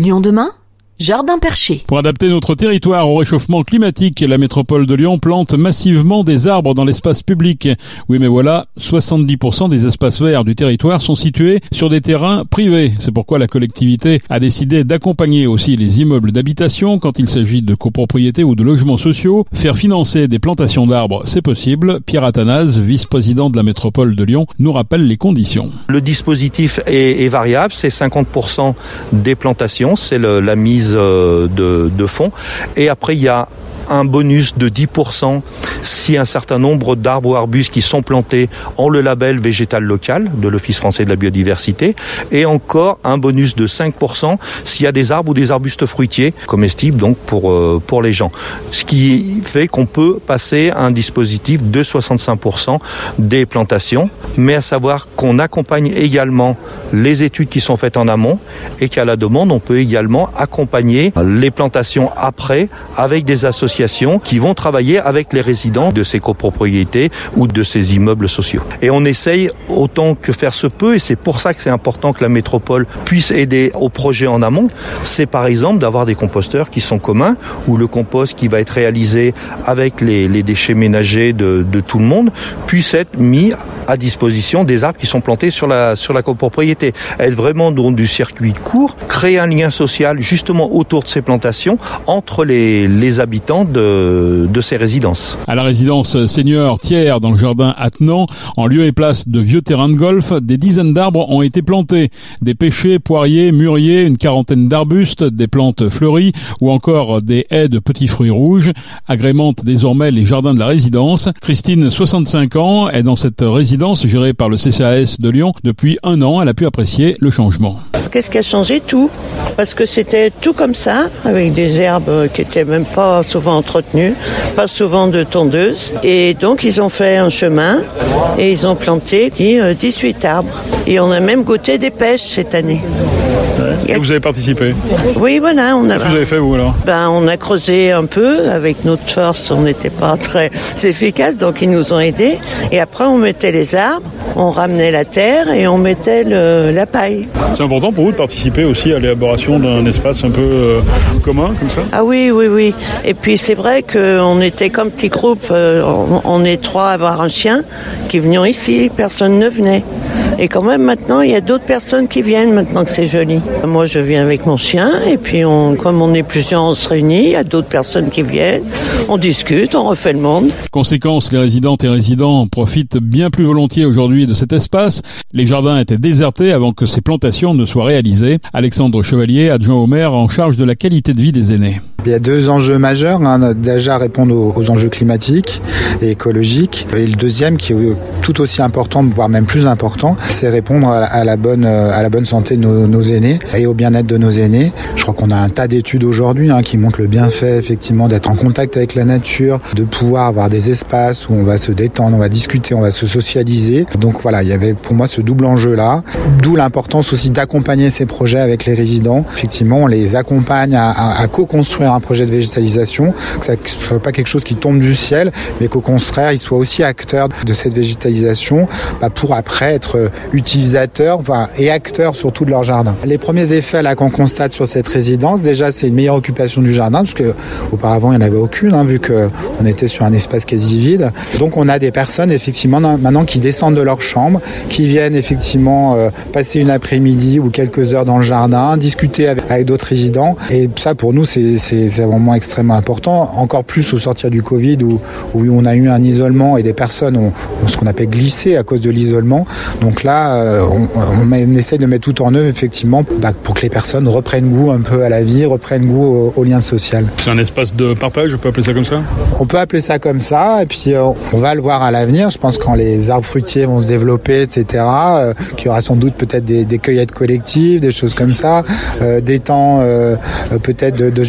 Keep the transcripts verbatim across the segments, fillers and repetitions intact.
Lyon demain, Jardin Perché. Pour adapter notre territoire au réchauffement climatique, la métropole de Lyon plante massivement des arbres dans l'espace public. Oui, mais voilà, soixante-dix pour cent des espaces verts du territoire sont situés sur des terrains privés. C'est pourquoi la collectivité a décidé d'accompagner aussi les immeubles d'habitation quand il s'agit de copropriétés ou de logements sociaux. Faire financer des plantations d'arbres, c'est possible. Pierre Athanase, vice-président de la métropole de Lyon, nous rappelle les conditions. Le dispositif est, est variable, c'est cinquante pour cent des plantations, c'est le, la mise De, de fonds. Et après, il y a un bonus de dix pour cent si un certain nombre d'arbres ou arbustes qui sont plantés ont le label végétal local de l'Office français de la biodiversité, et encore un bonus de cinq pour cent s'il y a des arbres ou des arbustes fruitiers comestibles donc pour, euh, pour les gens. Ce qui fait qu'on peut passer à un dispositif de soixante-cinq pour cent des plantations, mais à savoir qu'on accompagne également les études qui sont faites en amont et qu'à la demande, on peut également accompagner les plantations après avec des associations qui vont travailler avec les résidents de ces copropriétés ou de ces immeubles sociaux. Et on essaye autant que faire se peut, et c'est pour ça que c'est important que la métropole puisse aider au projet en amont. C'est par exemple d'avoir des composteurs qui sont communs, où le compost qui va être réalisé avec les, les déchets ménagers de, de tout le monde puisse être mis à disposition des arbres qui sont plantés sur la, sur la copropriété. Être vraiment dans du circuit court, créer un lien social justement autour de ces plantations entre les, les habitants de, de ces résidences. À la résidence senior Thiers dans le jardin attenant, en lieu et place de vieux terrains de golf, des dizaines d'arbres ont été plantés. Des pêchers, poiriers, mûriers, une quarantaine d'arbustes, des plantes fleuries ou encore des haies de petits fruits rouges agrémentent désormais les jardins de la résidence. Christine, soixante-cinq ans, est dans cette résidence gérée par le C C A S de Lyon depuis un an. Elle a pu apprécier le changement. Qu'est-ce qui a changé? Tout. Parce que c'était tout comme ça, avec des herbes qui étaient même pas souvent entretenues, pas souvent de tondeuse. Et donc ils ont fait un chemin et ils ont planté dix-huit arbres. Et on a même goûté des pêches cette année. Ouais. Et vous avez participé? Oui, voilà. On a... Qu'est-ce que vous avez fait, vous, alors? Ben, on a creusé un peu. Avec notre force, on n'était pas très efficace, donc ils nous ont aidés. Et après, on mettait les arbres, on ramenait la terre et on mettait le, la paille. C'est important pour vous de participer aussi à l'élaboration d'un espace un peu euh, commun, comme ça? Ah oui, oui, oui. Et puis, c'est vrai qu'on était comme petit groupe. Euh, on, on est trois à avoir un chien qui venions ici. Personne ne venait. Et quand même, maintenant, il y a d'autres personnes qui viennent, maintenant que c'est joli. Moi, je viens avec mon chien, et puis, on, comme on est plusieurs, on se réunit, il y a d'autres personnes qui viennent, on discute, on refait le monde. Conséquence, les résidentes et résidents profitent bien plus volontiers aujourd'hui de cet espace. Les jardins étaient désertés avant que ces plantations ne soient réalisées. Alexandre Chevalier, adjoint au maire en charge de la qualité de vie des aînés. Il y a deux enjeux majeurs, hein. Déjà répondre aux, aux enjeux climatiques et écologiques. Et le deuxième, qui est tout aussi important, voire même plus important, c'est répondre à, à la bonne à la bonne santé de nos, nos aînés et au bien-être de nos aînés. Je crois qu'on a un tas d'études aujourd'hui hein, qui montrent le bienfait effectivement d'être en contact avec la nature, de pouvoir avoir des espaces où on va se détendre, on va discuter, on va se socialiser. Donc voilà, il y avait pour moi ce double enjeu-là. D'où l'importance aussi d'accompagner ces projets avec les résidents. Effectivement, on les accompagne à, à, à co-construire un projet de végétalisation, que ça ne soit pas quelque chose qui tombe du ciel, mais qu'au contraire, ils soient aussi acteurs de cette végétalisation bah, pour après être utilisateurs enfin, et acteurs surtout de leur jardin. Les premiers effets là qu'on constate sur cette résidence, déjà c'est une meilleure occupation du jardin, parce que auparavant il n'y en avait aucune, hein, vu qu'on était sur un espace quasi vide. Donc on a des personnes effectivement maintenant qui descendent de leur chambre, qui viennent effectivement euh, passer une après-midi ou quelques heures dans le jardin, discuter avec, avec d'autres résidents. Et ça pour nous c'est, c'est, c'est vraiment extrêmement important, encore plus au sortir du Covid où, où on a eu un isolement et des personnes ont, ont ce qu'on appelle glissé à cause de l'isolement. Donc là, euh, on, on, on essaie de mettre tout en œuvre effectivement bah, pour que les personnes reprennent goût un peu à la vie, reprennent goût au, au lien social. C'est un espace de partage, on peut appeler ça comme ça? On peut appeler ça comme ça, et puis euh, on va le voir à l'avenir. Je pense quand les arbres fruitiers vont se développer, et cetera, euh, qu'il y aura sans doute peut-être des, des cueillettes collectives, des choses comme ça, euh, des temps euh, peut-être de, de jardinage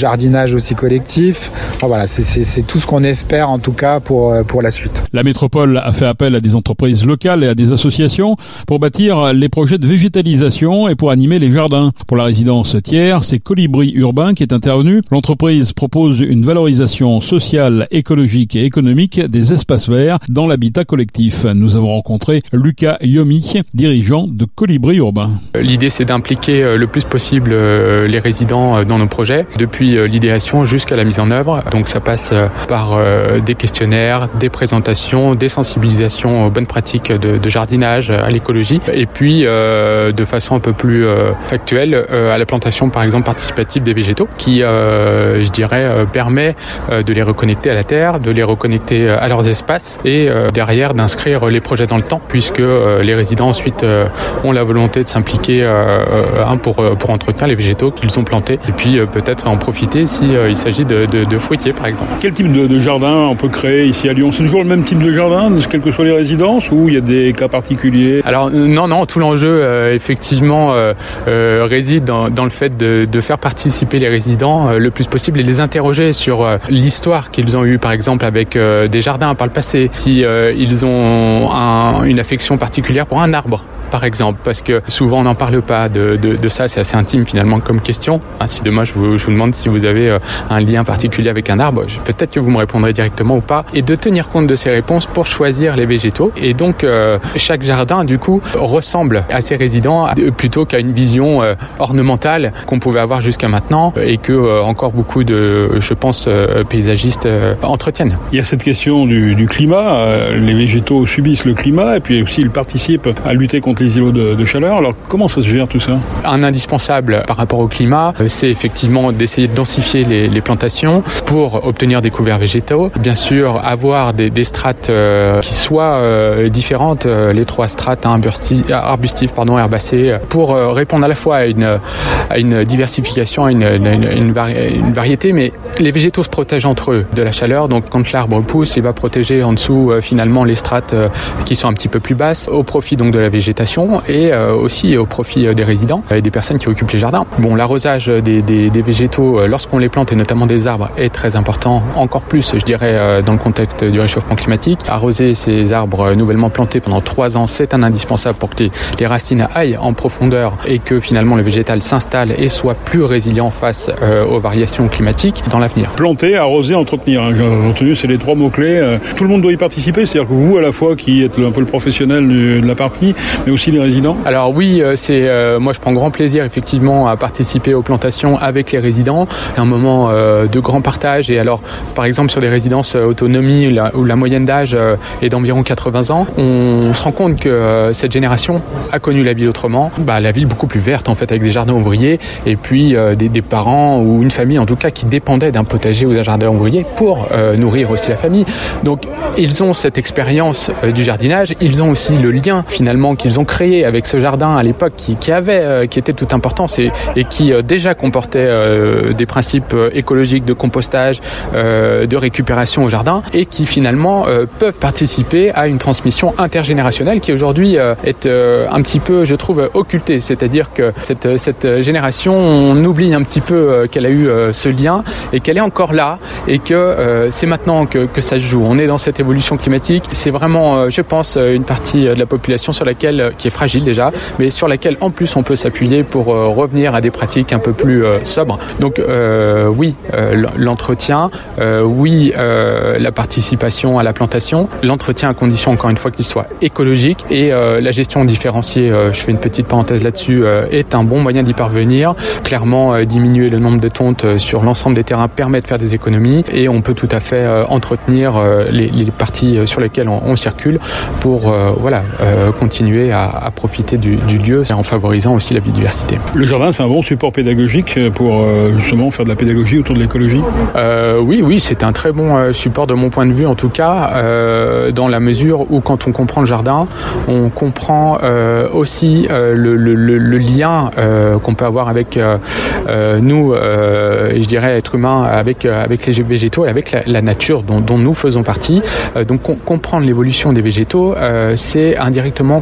jardinage aussi collectif. Enfin, voilà, c'est, c'est, c'est tout ce qu'on espère en tout cas pour, pour la suite. La métropole a fait appel à des entreprises locales et à des associations pour bâtir les projets de végétalisation et pour animer les jardins. Pour la résidence Thiers, c'est Colibri Urbain qui est intervenu. L'entreprise propose une valorisation sociale, écologique et économique des espaces verts dans l'habitat collectif. Nous avons rencontré Lucas Yomi, dirigeant de Colibri Urbain. L'idée, c'est d'impliquer le plus possible les résidents dans nos projets, depuis l'idéation jusqu'à la mise en œuvre. Donc ça passe par des questionnaires, des présentations, des sensibilisations aux bonnes pratiques de, de jardinage, à l'écologie, et puis euh, de façon un peu plus euh, factuelle euh, à la plantation par exemple participative des végétaux qui, euh, je dirais, euh, permet euh, de les reconnecter à la terre, de les reconnecter à leurs espaces et euh, derrière d'inscrire les projets dans le temps puisque euh, les résidents ensuite euh, ont la volonté de s'impliquer euh, euh, pour, pour entretenir les végétaux qu'ils ont plantés et puis euh, peut-être en profiter si euh, il s'agit de, de, de fruitiers par exemple. Quel type de, de jardin on peut créer ici à Lyon? C'est toujours le même type de jardin, quelles que soient les résidences, ou il y a des cas particuliers? Alors non, non, tout l'enjeu euh, effectivement euh, euh, réside dans, dans le fait de, de faire participer les résidents euh, le plus possible et les interroger sur euh, l'histoire qu'ils ont eue par exemple avec euh, des jardins par le passé, si euh, ils ont un, une affection particulière pour un arbre par exemple, parce que souvent on n'en parle pas de, de, de ça, c'est assez intime finalement comme question. Ah, si demain je vous, je vous demande si vous avez euh, un lien particulier avec un arbre, je, peut-être que vous me répondrez directement ou pas, et de tenir compte de ces réponses pour choisir les végétaux. Et donc euh, chaque jardin du coup ressemble à ses résidents plutôt qu'à une vision euh, ornementale qu'on pouvait avoir jusqu'à maintenant et que euh, encore beaucoup de, je pense, euh, paysagistes euh, entretiennent. Il y a cette question du, du climat, euh, les végétaux subissent le climat et puis aussi ils participent à lutter contre les îlots de, de chaleur. Alors comment ça se gère tout ça? Un indispensable par rapport au climat, c'est effectivement d'essayer de densifier les, les plantations pour obtenir des couverts végétaux. Bien sûr, avoir des, des strates euh, qui soient euh, différentes, euh, les trois strates, hein, arbustives, pardon, herbacées, pour euh, répondre à la fois à une, à une diversification, à une, une, une, vari- une variété, mais les végétaux se protègent entre eux de la chaleur. Donc quand l'arbre pousse, il va protéger en dessous euh, finalement les strates euh, qui sont un petit peu plus basses, au profit donc de la végétation et euh, aussi au profit des résidents et des personnes qui occupent les jardins. Bon, l'arrosage des, des, des végétaux lorsqu'on les plante et notamment des arbres est très important, encore plus je dirais dans le contexte du réchauffement climatique. Arroser ces arbres nouvellement plantés pendant trois ans, c'est un indispensable pour que les, les racines aillent en profondeur et que finalement le végétal s'installe et soit plus résilient face euh, aux variations climatiques dans l'avenir. Planter, arroser, entretenir, hein. J'ai entendu, c'est les trois mots-clés. Tout le monde doit y participer, c'est-à-dire que vous à la fois qui êtes un peu le professionnel de la partie, mais aussi les résidents? Alors oui, c'est euh, moi je prends grand plaisir effectivement à participer aux plantations avec les résidents. C'est un moment euh, de grand partage et alors par exemple sur des résidences euh, autonomie la, où la moyenne d'âge euh, est d'environ quatre-vingts ans, on se rend compte que euh, cette génération a connu la ville autrement, bah, la ville beaucoup plus verte en fait avec des jardins ouvriers et puis euh, des, des parents ou une famille en tout cas qui dépendait d'un potager ou d'un jardin ouvrier pour euh, nourrir aussi la famille. Donc ils ont cette expérience euh, du jardinage, ils ont aussi le lien finalement qu'ils ont créé avec ce jardin à l'époque qui, qui avait, euh, qui était toute importance et, et qui euh, déjà comportait euh, des principes euh, écologiques de compostage, euh, de récupération au jardin et qui finalement euh, peuvent participer à une transmission intergénérationnelle qui aujourd'hui euh, est euh, un petit peu, je trouve, occultée. C'est-à-dire que cette, cette génération, on oublie un petit peu euh, qu'elle a eu euh, ce lien et qu'elle est encore là et que euh, c'est maintenant que, que ça se joue. On est dans cette évolution climatique. C'est vraiment, euh, je pense, une partie de la population sur laquelle, qui est fragile déjà, mais sur laquelle en plus on peut s'appuyer pour euh, revenir à des pratiques un peu plus euh, sobres. Donc euh, oui, euh, l'entretien, euh, oui, euh, la participation à la plantation, l'entretien à condition encore une fois qu'il soit écologique et euh, la gestion différenciée, euh, je fais une petite parenthèse là-dessus, euh, est un bon moyen d'y parvenir. Clairement, euh, diminuer le nombre de tontes euh, sur l'ensemble des terrains permet de faire des économies et on peut tout à fait euh, entretenir euh, les, les parties sur lesquelles on, on circule pour euh, voilà, euh, continuer à, à profiter du, du lieu en favorisant aussi la biodiversité. Le jardin, c'est un bon support pédagogique pour euh, justement faire de la pédagogie autour de l'écologie? euh, Oui, oui, c'est un très bon euh, support de mon point de vue en tout cas, euh, dans la mesure où quand on comprend le jardin, on comprend euh, aussi euh, le, le, le, le lien euh, qu'on peut avoir avec euh, euh, nous, euh, je dirais être humain, avec, euh, avec les végétaux et avec la, la nature dont, dont nous faisons partie. Euh, donc com- comprendre l'évolution des végétaux, euh, c'est indirectement comprendre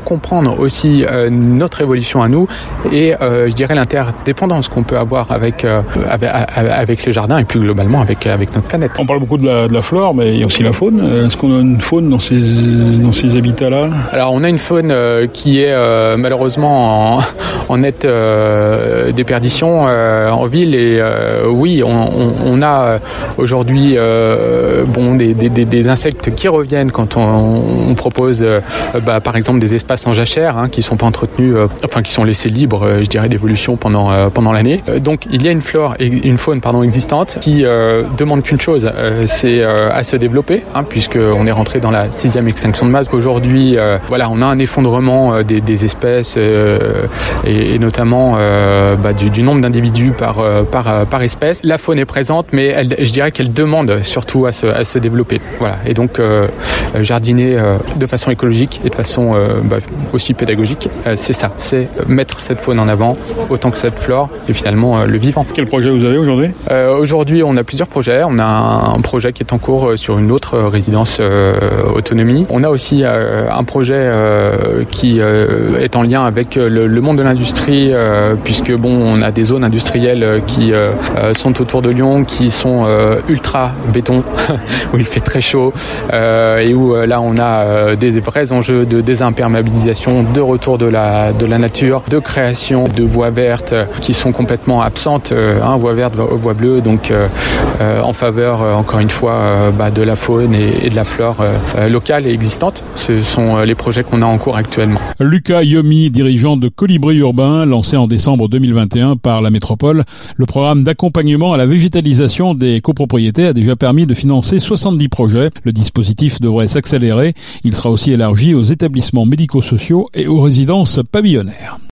comprendre aussi euh, notre évolution à nous et euh, je dirais l'interdépendance qu'on peut avoir avec, euh, avec avec les jardins et plus globalement avec avec notre planète. On parle beaucoup de la, de la flore, mais il y a aussi la faune. Est-ce qu'on a une faune dans ces dans ces habitats-là? Alors on a une faune euh, qui est euh, malheureusement en, en nette euh, déperdition euh, en ville et euh, oui, on, on, on a aujourd'hui euh, bon des, des, des insectes qui reviennent quand on, on propose euh, bah, par exemple des espaces en jachère hein, qui sont pas entretenus, euh, enfin qui sont laissés libres, euh, je dirais, d'évolution pendant euh, pendant l'année. Euh, donc il y a une flore et une faune pardon existante qui euh, demande qu'une chose, euh, c'est euh, à se développer, hein, puisque on est rentré dans la sixième extinction de masse. Aujourd'hui, euh, voilà, on a un effondrement euh, des, des espèces euh, et, et notamment euh, bah, du, du nombre d'individus par euh, par par espèce. La faune est présente, mais elle, je dirais qu'elle demande surtout à se à se développer. Voilà, et donc euh, jardiner euh, de façon écologique et de façon euh, bah, aussi pédagogique, euh, c'est ça, c'est mettre cette faune en avant autant que cette flore et finalement euh, le vivant. Quel projet vous avez aujourd'hui? euh, Aujourd'hui, on a plusieurs projets. On a un, un projet qui est en cours sur une autre résidence euh, autonomie. On a aussi euh, un projet euh, qui euh, est en lien avec le, le monde de l'industrie, euh, puisque bon, on a des zones industrielles qui euh, sont autour de Lyon, qui sont euh, ultra béton, où il fait très chaud euh, et où euh, là on a euh, des vrais enjeux de désimperméabilisation, de retour de la de la nature, de création de voies vertes qui sont complètement absentes, euh, hein, voies vertes, voies bleues, donc euh, euh, en faveur euh, encore une fois euh, bah, de la faune et, et de la flore euh, locale et existante. Ce sont euh, les projets qu'on a en cours actuellement. Lucas Yomi, dirigeant de Colibri Urbain, lancé en décembre deux mille vingt et un par la métropole, le programme d'accompagnement à la végétalisation des copropriétés a déjà permis de financer soixante-dix projets. Le dispositif devrait s'accélérer. Il sera aussi élargi aux établissements médico-sociaux et aux résidences pavillonnaires.